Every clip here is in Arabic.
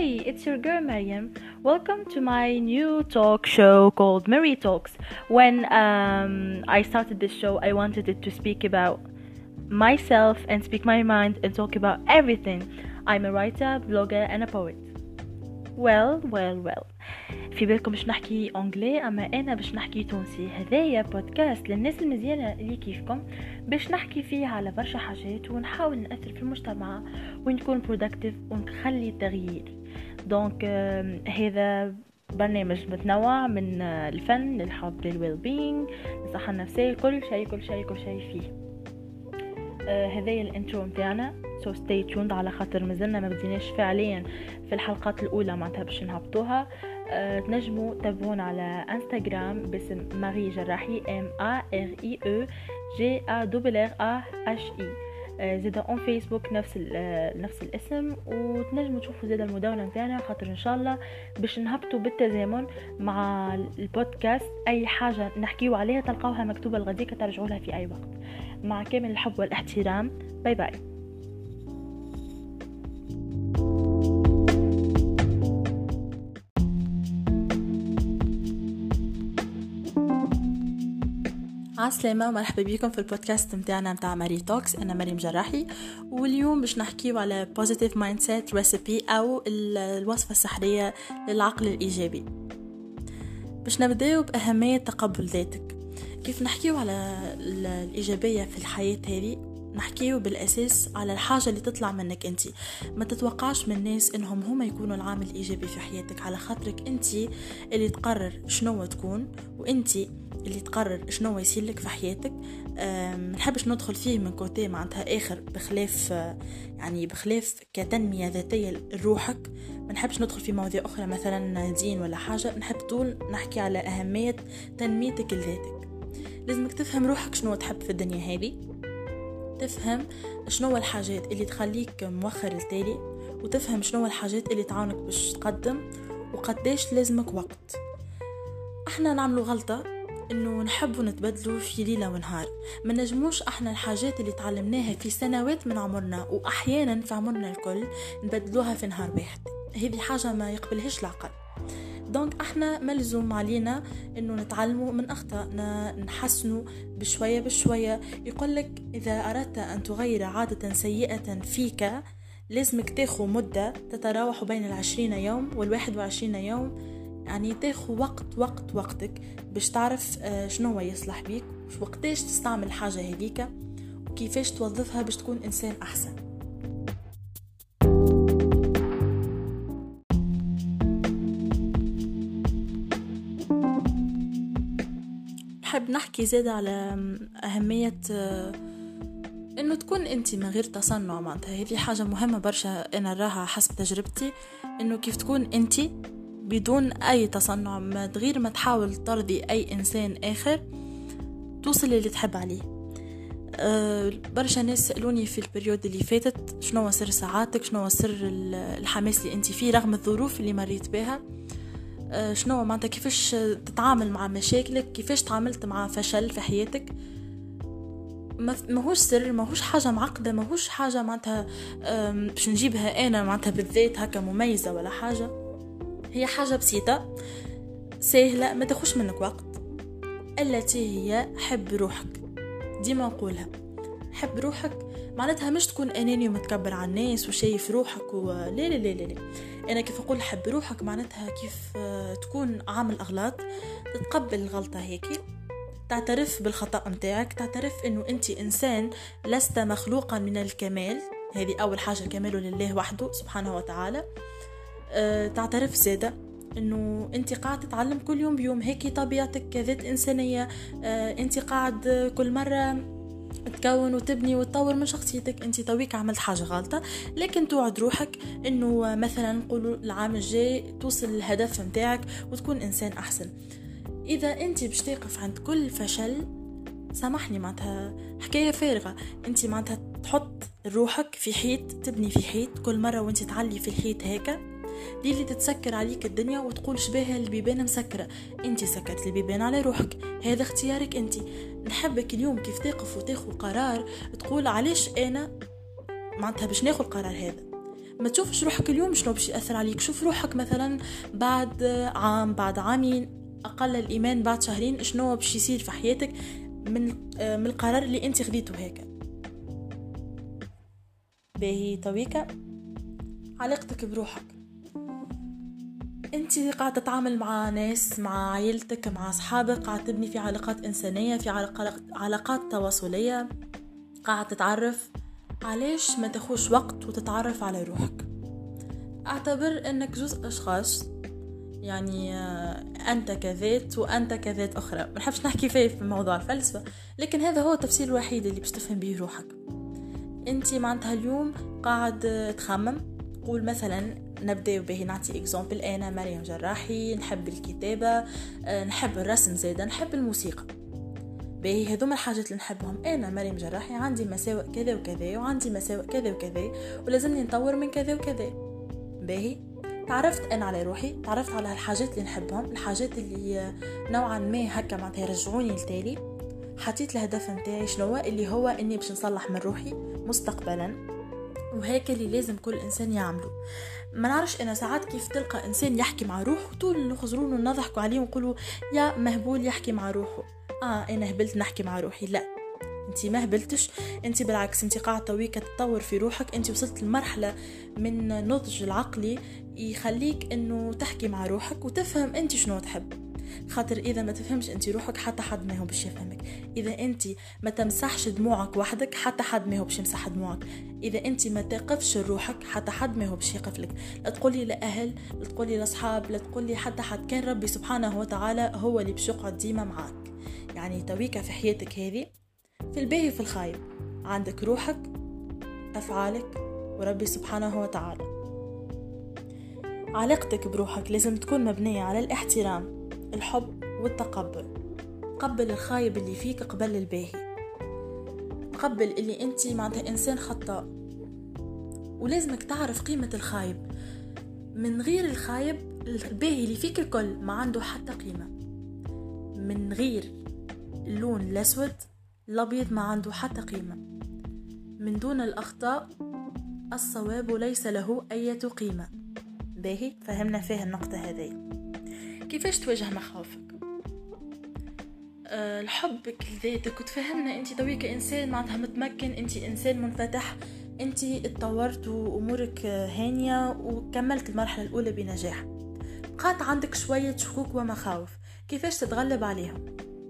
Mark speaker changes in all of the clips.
Speaker 1: Hey, it's your girl Mariam. Welcome to my new talk show called Mary Talks. When I started this show, I wanted it to speak about myself and speak my mind and talk about everything. I'm a writer, blogger and a poet. well في بالكم باش نحكي انجلي، اما انا باش نحكي تونسي. هذايا بودكاست للناس المزيانه اللي كيفكم، باش نحكي فيه على برشا حاجات ونحاول نأثر في المجتمع ونكون برودكتيف ونخلي تغيير. دونك هذا برنامج متنوع من الفن للحب للويل بينج للصحه النفسيه، كل شيء فيه. هذايا الانترو متاعنا، so stay tuned على خاطر مازلنا ما بديناش فعليا في الحلقات الاولى معناتها باش نهبطوها. تنجموا تابعونا على انستغرام باسم ماري جراحي MARIE JARRAHI. زيدا اون فيسبوك نفس الاسم، وتنجموا تشوفوا زيدا المدونة نتاعنا خاطر ان شاء الله باش نهبطوا بالتزامن مع البودكاست. اي حاجة نحكيو عليها تلقاوها مكتوبة الغديكة، ترجعوا لها في اي وقت. مع كامل الحب والاحترام، باي باي. عسلامة ومرحبا بكم في البودكاست متاعنا متاع ماري توكس. أنا مريم جراحي، واليوم باش نحكيو على positive mindset recipe أو الوصفة السحرية للعقل الإيجابي. باش نبداو بأهمية تقبل ذاتك. كيف نحكيو على الإيجابية في الحياة هذه، نحكيو بالأساس على الحاجة اللي تطلع منك أنت. ما تتوقعش من الناس إنهم هما يكونوا العامل الإيجابي في حياتك، على خاطرك أنت اللي تقرر شنو تكون، وأنت اللي تقرر شنو يصير لك في حياتك. نحبش ندخل فيه من كوتي معناتها آخر بخلاف كتنمية ذاتية لروحك. ما نحبش ندخل في مواضيع أخرى مثلا دين ولا حاجة. نحب طول نحكي على أهمية تنميتك لذاتك. لازمك تفهم روحك شنو تحب في الدنيا هذه، تفهم شنو الحاجات اللي تخليك موخر التالي، وتفهم شنو الحاجات اللي تعاونك باش تقدم، وقديش لازمك وقت. احنا نعملوا غلطة انه نحبوا نتبدلوا في ليلة ونهار. ما نجموش احنا الحاجات اللي تعلمناها في سنوات من عمرنا واحيانا في عمرنا الكل نبدلوها في نهار واحد. هذه حاجة ما يقبلهاش العقل. دونك احنا ملزوم علينا انه نتعلموا من اخطائنا، نحسنوا بشوية. يقولك اذا اردت ان تغير عادة سيئة فيك لازمك تاخو مدة تتراوح بين 20 يوم وال21 يوم. يعني تاخو وقتك باش تعرف شنو يصلح بيك، وقتاش تستعمل الحاجة هذيك، وكيفاش توظفها باش تكون انسان احسن. نحب نحكي زيادة على أهمية إنه تكون أنت من غير تصنع. معناتها هذه حاجة مهمة برشا، أنا راها حسب تجربتي، إنه كيف تكون أنت بدون أي تصنع، غير ما تحاول ترضي أي إنسان آخر توصل اللي تحب عليه. برشا ناس سألوني في البريود اللي فاتت شنو سر سعادتك، شنو سر الحماس اللي أنت فيه رغم الظروف اللي مريت بها، شنو معناتها كيفاش تتعامل مع مشاكلك، كيفاش تعاملت مع فشل في حياتك. ماهوش سر، ماهوش حاجة معقدة، ماهوش حاجة معناتها باش نجيبها أنا معناتها بالذات هكا مميزة ولا حاجة. هي حاجة بسيطة سهلة ما تاخوش منك وقت، التي هي حب روحك. ديما نقولها، حب روحك معناتها مش تكون أناني ومتكبر على الناس وشايف روحك لا. أنا كيف أقول حب روحك معناتها كيف تكون عامل أغلاط، تتقبل الغلطة هيك، تعترف بالخطأ متاعك، تعترف إنه أنت إنسان لست مخلوقا من الكمال. هذه أول حاجة، الكمال لله وحده سبحانه وتعالى. تعترف زيادة انه انت قاعد تتعلم كل يوم بيوم، هيك طبيعتك كذات انسانية. انت قاعد كل مرة تكون وتبني وتطور من شخصيتك. انت تويك عملت حاجة غلطة، لكن توعد روحك انه مثلا نقولوا العام الجاي توصل الهدف متاعك وتكون انسان احسن. اذا انت باش تقف عند كل فشل، سامحني معناتها حكاية فارغة. انت معناتها تحط روحك في حيط، تبني في حيط، كل مرة وانت تعلي في الحيط هيك دي اللي تتسكر عليك الدنيا وتقول شباها البيبان مسكرة. انت سكرت البيبان على روحك، هذا اختيارك انت. نحبك اليوم كيف تقف وتاخذ قرار تقول علاش انا معناتها باش ناخذ القرار هذا، ما تشوفش روحك اليوم شنو باش يأثر عليك. شوف روحك مثلا بعد عام، بعد عامين، أقل الإيمان بعد شهرين، شنو باش يصير في حياتك من القرار اللي انت خديته هيك. باهي تويكا علاقتك بروحك، انت قاعدة تتعامل مع ناس، مع عائلتك، مع أصحابك، قاعدة تبني في علاقات إنسانية، في علاقات تواصلية، قاعدة تتعرف. علاش ما تاخوش وقت وتتعرف على روحك؟ اعتبر انك جزء اشخاص، يعني انت كذات وانت كذات اخرى. ما نحبش نحكي فيه في موضوع الفلسفة، لكن هذا هو التفسير الوحيد اللي باش تفهم به روحك. انت معناتها اليوم قاعد تخمم، قول مثلا نبدأ به، نعطي اكزامبل، انا مريم جراحي، نحب الكتابة، نحب الرسم، زيدا نحب الموسيقى. باهي هذوما الحاجات اللي نحبهم. انا مريم جراحي عندي مساوئ كذا وكذا، وعندي مساوئ كذا وكذا، ولازمني نطور من كذا وكذا. باهي تعرفت انا على روحي، تعرفت على الحاجات اللي نحبهم، الحاجات اللي نوعا ما هكا معناتها يرجعوني لتالي. حطيت الهدف نتاعي شنو اللي هو اني باش نصلح من روحي مستقبلا، وهيك اللي لازم كل انسان يعمله. ما نعرفش انا ساعات كيف تلقى انسان يحكي مع روحه، طول نخزرون ونضحكوا عليه ونقولوا يا مهبول يحكي مع روحه. انا هبلت نحكي مع روحي. لا، انتي ما هبلتش، انتي بالعكس، انتي قاعدة تويكا تتطور في روحك. انتي وصلت لمرحلة من النضج العقلي يخليك انه تحكي مع روحك وتفهم انتي شنو تحب. خاطر اذا ما تفهمش انتي روحك، حتى حد ما هو باش يفهمك. اذا انتي ما تمسحش دموعك وحدك، حتى حد ما هو باش يمسح دموعك. اذا انتي ما تقفش روحك، حتى حد ما هو باش يقف لك. لا تقولي لاهل، لا تقولي لاصحاب، لا تقولي حتى حد. كان ربي سبحانه وتعالى هو اللي باش يقعد ديما معاك. يعني تويكا في حياتك هذه، في الباهي وفي الخايب، عندك روحك، أفعالك، وربي سبحانه وتعالى. علاقتك بروحك لازم تكون مبنية على الاحترام، الحب والتقبل. قبل الخايب اللي فيك قبل الباهي. قبل اللي انتي معناتها إنسان خطاء، ولازمك تعرف قيمة الخايب. من غير الخايب الباهي اللي فيك الكل ما عنده حتى قيمة. من غير اللون الأسود الأبيض ما عنده حتى قيمة. من دون الأخطاء الصواب ليس له أي قيمة. باهي فهمنا فيها النقطة هذه. كيفاش تواجه مخاوفك؟ الحب لذاتك، وتفهمنا انت تويك انسان معناتها متمكن، انت انسان منفتح، انت اتطورت وامورك هانية وكملت المرحلة الاولى بنجاح. بقات عندك شوية شكوك ومخاوف، كيفاش تتغلب عليهم؟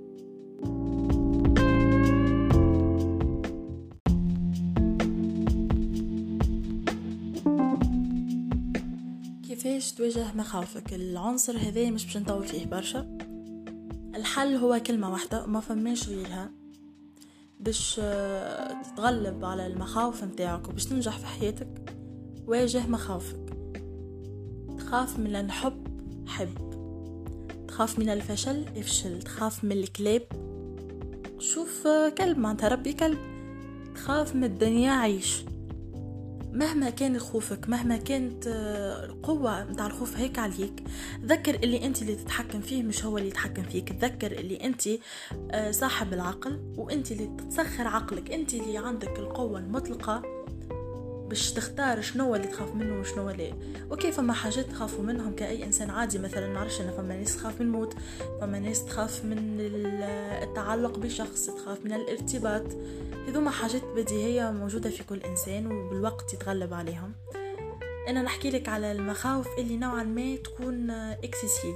Speaker 1: كيفاش تواجه مخاوفك؟ العنصر هذا مش باش نطول فيه برشا. الحل هو كلمة واحدة، ما فماش غيرها باش تتغلب على المخاوف متاعك وباش تنجح في حياتك. واجه مخاوفك. تخاف من الحب، حب. تخاف من الفشل، افشل. تخاف من الكلاب، شوف كلب، معناتها ربي كلب. تخاف من الدنيا، عيش. مهما كان خوفك، مهما كانت القوة متاع الخوف هيك عليك، ذكر اللي انت اللي تتحكم فيه، مش هو اللي يتحكم فيك. تذكر اللي انت صاحب العقل، وانت اللي تسخر عقلك، انت اللي عندك القوة المطلقة باش تختار شنو اللي تخاف منه وشنو اللي. وكيف ما حاجات تخافوا منهم كأي إنسان عادي. مثلا نعرفش أنا فما ناس تخاف من الموت، فما ناس تخاف من التعلق بشخص، تخاف من الارتباط. هذوما حاجات بديهية موجودة في كل إنسان، وبالوقت يتغلب عليهم. أنا نحكي لك على المخاوف اللي نوعا ما تكون اكسسيف،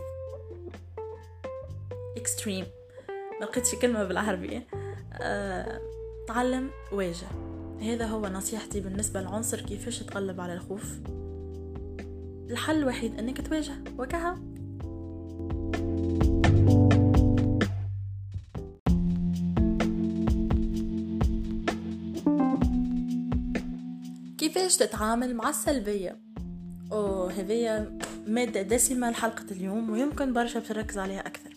Speaker 1: اكستريم، ما لقيتش كلمة بالعربية. تعلم، واجه. هذا هو نصيحتي بالنسبة للعنصر كيفاش تتغلب على الخوف. الحل الوحيد أنك تواجه وكها. كيفاش تتعامل مع السلبية؟ هذه مادة دسمة لحلقة اليوم، ويمكن برشا بتركز عليها أكثر.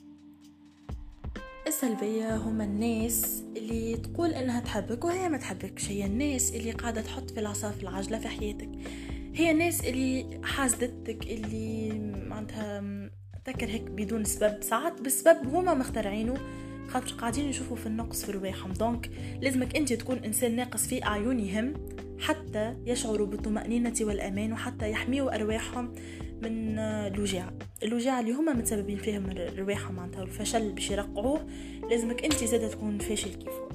Speaker 1: السلبية هم الناس اللي تقول انها تحبك وهي ما تحبكش. هي الناس اللي قاعدة تحط في العصا في العجلة في حياتك. هي الناس اللي حاسدتك، اللي معناتها تكرهك بدون سبب، ساعات بسبب هما مخترعينه، خاطر قاعدين يشوفوا في النقص في رواحهم. دونك لازمك انت تكون انسان ناقص في اعينهم حتى يشعروا بالطمأنينة والأمان، وحتى يحميوا أرواحهم من الوجاع اللي هما متسببين فيهم من رواحهم معناتها، والفشل باش يرقعوه لازمك انت زادة تكون فاشل كيفه.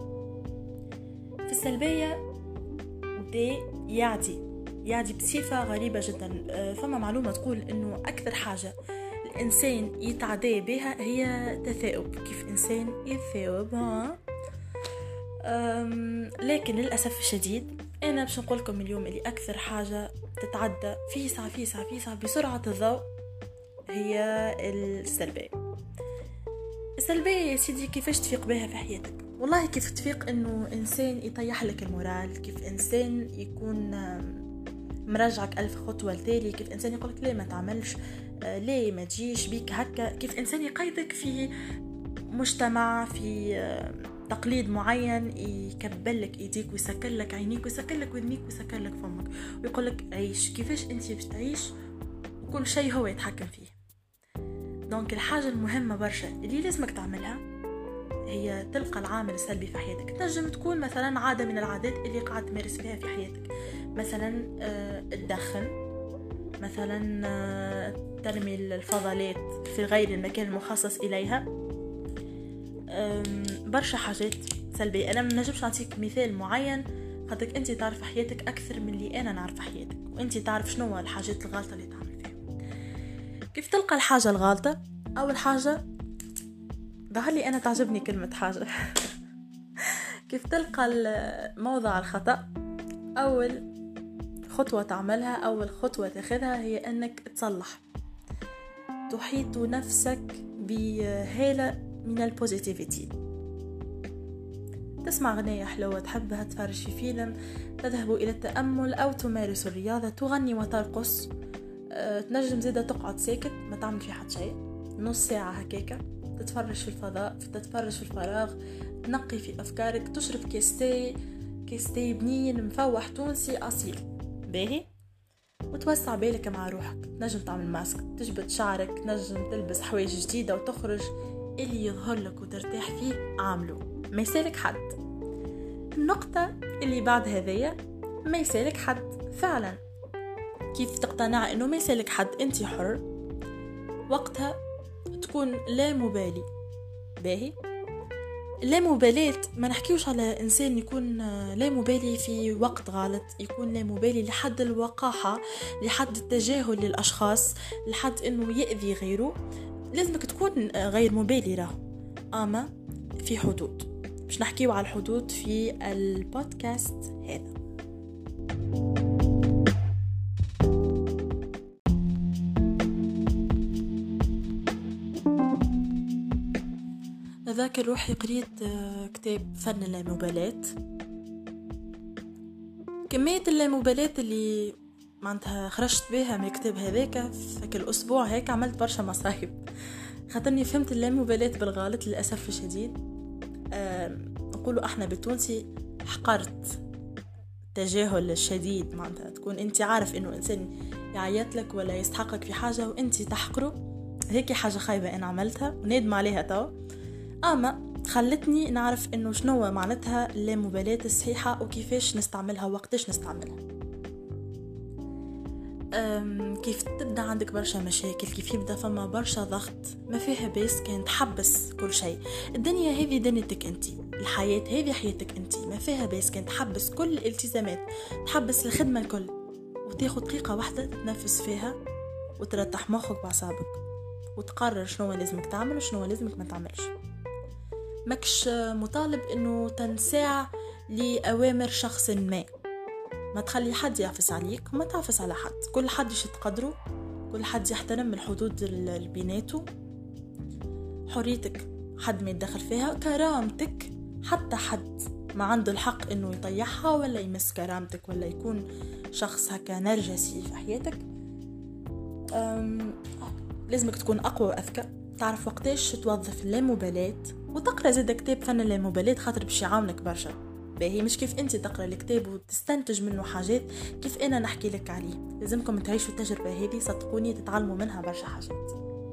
Speaker 1: في السلبية دي يعدي بصفة غريبة جدا. فما معلومة تقول انه اكثر حاجة الانسان يتعدى بها هي تثاؤب، كيف انسان يثاؤب لكن للأسف الشديد انا باش نقول لكم اليوم اللي اكثر حاجة تتعدى فيسع بسرعة الضوء هي السلبية يا سيدي. كيفاش تفيق بها في حياتك؟ والله كيف تفيق انه انسان يطيح لك المورال، كيف انسان يكون مرجعك 1000 خطوة لتالي، كيف انسان يقولك لا ما تعملش، لا ما تجيش بيك هكا، كيف انسان يقيدك في مجتمع، في تقليد معين، يكبلك ايديك ويسكرلك عينيك ويسكرلك ودنيك ويسكرلك فمك ويقولك عيش كيفاش انت باش تعيش، وكل شيء هو يتحكم فيه. دونك الحاجة المهمة برشا اللي لازمك تعملها هي تلقى العامل السلبي في حياتك. تنجم تكون مثلا عادة من العادات اللي قاعد تمارس فيها في حياتك، مثلا الدخن، مثلا ترمي الفضلات في غير المكان المخصص إليها، برشا حاجات سلبية. أنا منجمش نعطيك مثال معين خاطرك أنت تعرف حياتك أكثر من اللي أنا نعرف حياتك، وأنت تعرف شنو هو الحاجات الغلطة اللي تعمل فيها. كيف تلقى الحاجة الغلطة؟ أول حاجة ظهر لي أنا تعجبني كلمة حاجة كيف تلقى موضع الخطأ؟ أول خطوة تعملها، أول خطوة تاخذها هي أنك تصلح، تحيط نفسك بهالة من البوزيتيفيتي، تسمع أغنية حلوة تحبها، تفرج في فيلم، تذهب إلى التأمل أو تمارس الرياضة، تغني وترقص، تنجم زيادة تقعد ساكت ما تعمل في حد شيء نص ساعة هكاكا، تتفرج في الفضاء، تتفرج في الفراغ، تنقي في أفكارك، تشرب كيستي بنين مفوح تونسي أصيل باهي، وتوسع بالك مع روحك. تنجم تعمل ماسك، تجبد شعرك، تنجم تلبس حوايج جديدة وتخرج، اللي يظهر لك وترتاح فيه عامله، ما يسالك حد. النقطة اللي بعد هذية ما يسالك حد فعلا. كيف تقتنع انه ما يسالك حد؟ انت حر، وقتها تكون لا مبالي. باهي، لا مبالاة ما نحكيوش على انسان يكون لا مبالي في وقت غلط، يكون لا مبالي لحد الوقاحة، لحد التجاهل للاشخاص، لحد انه يأذي غيره. لازمك تكون غير مبالي راه، اما في حدود. مش نحكيو على الحدود في البودكاست هذا. ذاك روحي قريت كتاب فن اللامبالاة. كمية اللامبالاة اللي معناتها خرجت بها من الكتاب هذاك فك الأسبوع هيك عملت برشا مصايب، خاطرني فهمت اللامبالاة بالغلط للأسف الشديد. نقولوا احنا بالتونسي حقرت، تجاهل الشديد، معناتها تكون انت عارف انه انسان يعيط لك ولا يستحقك في حاجة وانت تحقره. هيك حاجة خايبة انا عملتها وندم عليها توا، اما خلتني نعرف انه شنو معناتها اللامبالاة الصحيحة وكيفاش نستعملها ووقتاش نستعملها. كيف تبدأ عندك برشا مشاكل، كيف يبدأ فما برشا ضغط، ما فيها بس كان تحبس كل شيء. الدنيا هذه دنيتك انت، الحياة هذه حياتك انت، ما فيها بس كان تحبس كل الالتزامات، تحبس الخدمة الكل، وتاخد دقيقة واحدة تتنفس فيها وترتاح مخك وعصابك وتقرر شنو لازمك تعمل وشنو لازمك ما تعملش. ماكش مطالب انه تنساع لأوامر شخص ما تخلي حد يعفس عليك وما تعفس على حد. كل حد يشد قدره، كل حد يحترم الحدود البيناتو، حريتك حد ما يتدخل فيها، كرامتك حتى حد ما عنده الحق انه يطيحها ولا يمس كرامتك ولا يكون شخص هكا نرجسي في حياتك. لازمك تكون اقوى واذكى، تعرف وقتاش توظف اللامبالاة، وتقرا زيد كتاب فن اللامبالاة خاطر باش يعاونك برشا. باهي مش كيف انت تقرا الكتاب وتستنتج منه حاجات كيف انا نحكي لك عليه، لازمكم تعيشوا التجربه هذه، صدقوني تتعلموا منها برشا حاجات.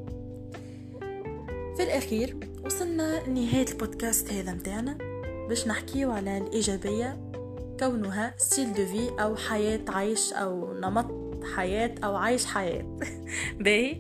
Speaker 1: في الاخير وصلنا لنهايه البودكاست هذا متاعنا باش نحكيو على الايجابيه كونها ستيل دو في أو حياة عيش أو نمط حياة أو عيش حياة. باهي.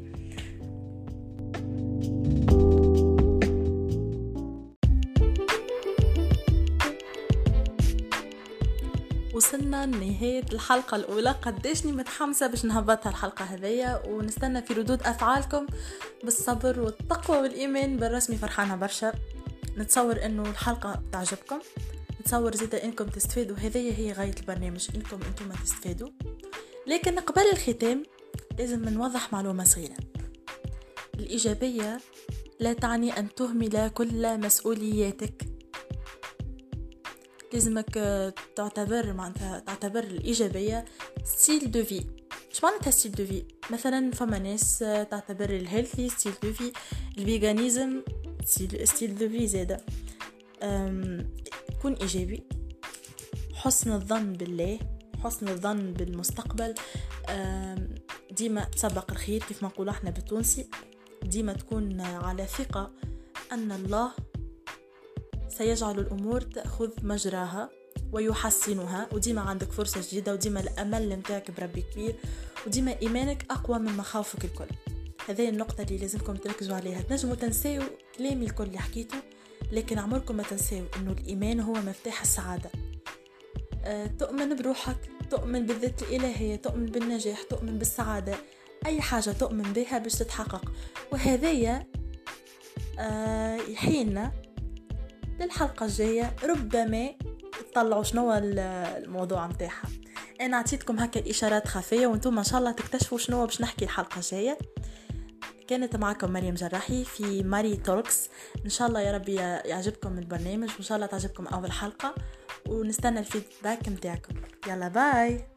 Speaker 1: وصلنا لنهاية الحلقة الأولى. قديشني متحمسة باش نهبطها الحلقة هذية، ونستنى في ردود أفعالكم بالصبر والتقوى والإيمان. بالرسمي فرحانة برشا، نتصور أنه الحلقة تعجبكم، نتصور زيدا أنكم تستفادوا. هذه هي غاية البرنامج، أنكم أنتم تستفادوا. لكن قبل الختام لازم نوضح معلومة صغيرة. الإيجابية لا تعني أن تهمل كل مسؤولياتك. لازمك تعتبر الإيجابية ستيل دو في. مش معناتها ستيل دو في، مثلا فما ناس تعتبر الهيلثي ستيل دو في، الفيغانيزم ستيل دو في زيادة. كون إيجابي، حسن الظن بالله، حسن الظن بالمستقبل، ديما تسبق الخير كيف ما نقول احنا بالتونسي. ديما تكون على ثقة أن الله سيجعل الأمور تأخذ مجراها ويحسنها، وديما عندك فرصة جديدة، وديما الأمل متاعك بربي كبير، وديما إيمانك أقوى من مخاوفك الكل. هذه النقطة اللي لازمكم تركزوا عليها. تنجموا تنسيوا كلامي الكل اللي حكيته، لكن عمركم ما تنسيوا أنه الإيمان هو مفتاح السعادة. تؤمن بروحك، تؤمن بالذات الإلهية، تؤمن بالنجاح، تؤمن بالسعادة، أي حاجة تؤمن بها باش تتحقق. وهذه يحيلنا للحلقة الجاية، ربما تطلعوا شنو الموضوع متاعها. أنا عطيتكم هكا الإشارات خفية، وانتم إن شاء الله تكتشفوا شنو باش نحكي الحلقة الجاية. كانت معكم مريم جراحي في ماري توكس. إن شاء الله يا ربي يعجبكم البرنامج، وإن شاء الله تعجبكم أول حلقة، ونستنى الفيدباك متاعكم. يلا باي.